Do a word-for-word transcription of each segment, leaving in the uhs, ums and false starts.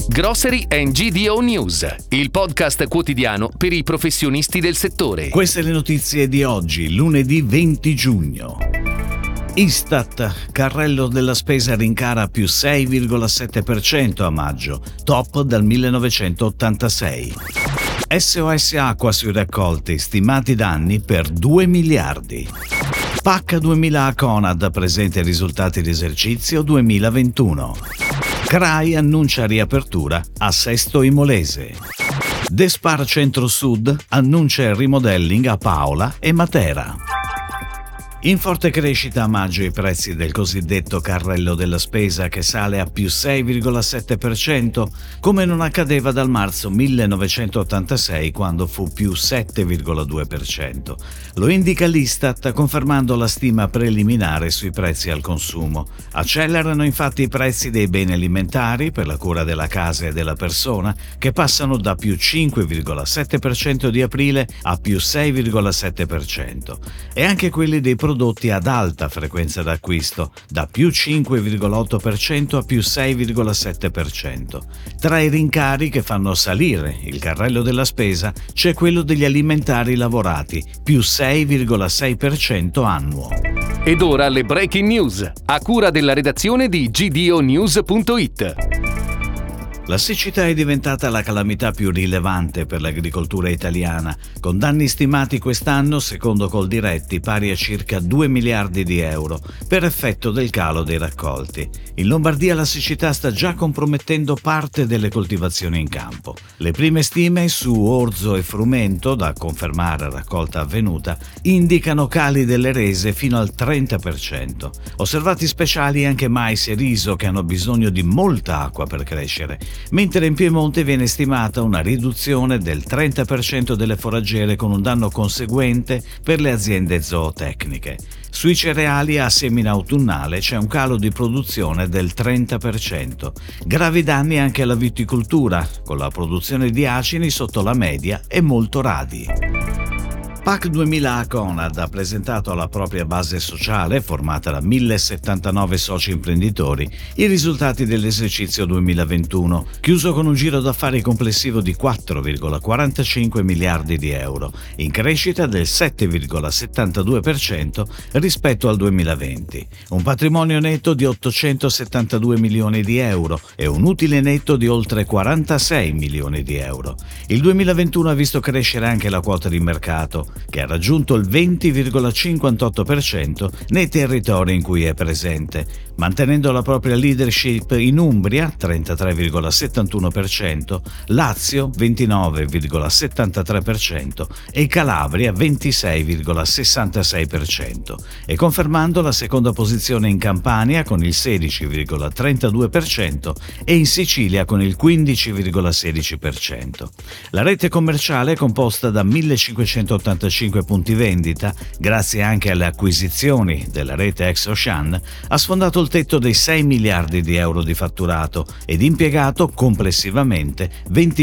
Grocery and G D O News, il podcast quotidiano per i professionisti del settore. Queste le notizie di oggi, lunedì venti giugno. Istat, carrello della spesa rincara più sei virgola sette per cento a maggio, top dal millenovecentottantasei. S O S Acqua sui raccolti, stimati danni per due miliardi. P A C duemila a Conad presenta i risultati di esercizio duemilaventuno. C R A I annuncia riapertura a Sesto Imolese. Despar Centro Sud annuncia il remodelling a Paola e Matera. In forte crescita a maggio i prezzi del cosiddetto carrello della spesa, che sale a più sei virgola sette per cento, come non accadeva dal marzo millenovecentottantasei, quando fu più sette virgola due per cento. Lo indica l'Istat confermando la stima preliminare sui prezzi al consumo. Accelerano infatti i prezzi dei beni alimentari per la cura della casa e della persona, che passano da più cinque virgola sette per cento di aprile a più sei virgola sette per cento, e anche quelli dei prodotti ad alta frequenza d'acquisto, da più cinque virgola otto per cento a più sei virgola sette per cento. Tra i rincari che fanno salire il carrello della spesa c'è quello degli alimentari lavorati, più sei virgola sei per cento annuo. Ed ora le breaking news, a cura della redazione di G D O News punto it. La siccità è diventata la calamità più rilevante per l'agricoltura italiana, con danni stimati quest'anno, secondo Coldiretti, pari a circa due miliardi di euro, per effetto del calo dei raccolti. In Lombardia la siccità sta già compromettendo parte delle coltivazioni in campo. Le prime stime su orzo e frumento, da confermare a raccolta avvenuta, indicano cali delle rese fino al trenta per cento. Osservati speciali anche mais e riso, che hanno bisogno di molta acqua per crescere, mentre in Piemonte viene stimata una riduzione del trenta per cento delle foraggiere, con un danno conseguente per le aziende zootecniche. Sui cereali a semina autunnale c'è un calo di produzione del trenta per cento. Gravi danni anche alla viticoltura, con la produzione di acini sotto la media e molto radi. P A C duemila a Conad ha presentato alla propria base sociale, formata da mille settantanove soci imprenditori, i risultati dell'esercizio duemilaventuno, chiuso con un giro d'affari complessivo di quattro virgola quarantacinque miliardi di euro, in crescita del sette virgola settantadue per cento rispetto al duemilaventi, un patrimonio netto di ottocentosettantadue milioni di euro e un utile netto di oltre quarantasei milioni di euro. Il duemilaventuno ha visto crescere anche la quota di mercato, che ha raggiunto il venti virgola cinquantotto per cento nei territori in cui è presente, mantenendo la propria leadership in Umbria trentatré virgola settantuno per cento, Lazio ventinove virgola settantatré per cento e Calabria ventisei virgola sessantasei per cento, e confermando la seconda posizione in Campania con il sedici virgola trentadue per cento e in Sicilia con il quindici virgola sedici per cento. La rete commerciale è composta da millecinquecentottantacinque punti vendita, grazie anche alle acquisizioni della rete ex Auchan, ha sfondato il tetto dei sei miliardi di euro di fatturato ed impiegato complessivamente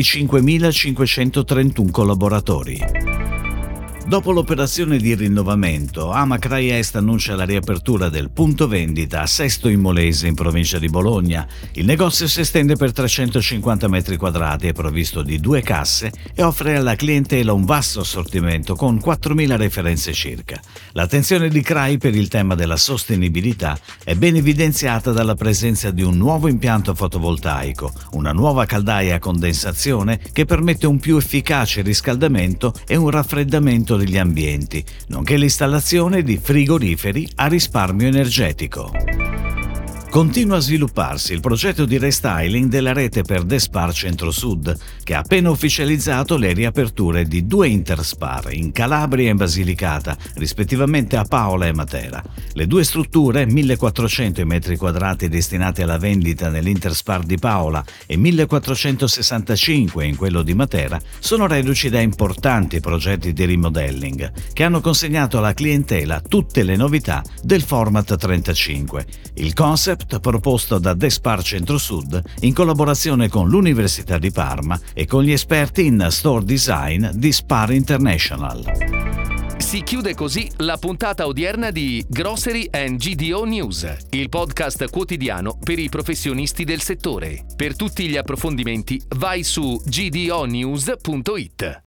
venticinquemilacinquecentotrentuno collaboratori. Dopo l'operazione di rinnovamento, Amacrai Est annuncia la riapertura del punto vendita a Sesto Imolese in provincia di Bologna. Il negozio si estende per trecentocinquanta metri quadrati, è provvisto di due casse e offre alla clientela un vasto assortimento con quattromila referenze circa. L'attenzione di C R A I per il tema della sostenibilità è ben evidenziata dalla presenza di un nuovo impianto fotovoltaico, una nuova caldaia a condensazione che permette un più efficace riscaldamento e un raffreddamento degli ambienti, nonché l'installazione di frigoriferi a risparmio energetico. Continua a svilupparsi il progetto di restyling della rete per Despar Centro Sud, che ha appena ufficializzato le riaperture di due Interspar in Calabria e in Basilicata, rispettivamente a Paola e Matera. Le due strutture, millequattrocento metri quadrati destinati alla vendita nell'Interspar di Paola e millequattrocentosessantacinque in quello di Matera, sono reduci da importanti progetti di remodelling che hanno consegnato alla clientela tutte le novità del format trentacinque. Il concept proposto da Despar Centro Sud in collaborazione con l'Università di Parma e con gli esperti in store design di Spar International. Si chiude così la puntata odierna di Grocery and G D O News, il podcast quotidiano per i professionisti del settore. Per tutti gli approfondimenti vai su g d o news punto it.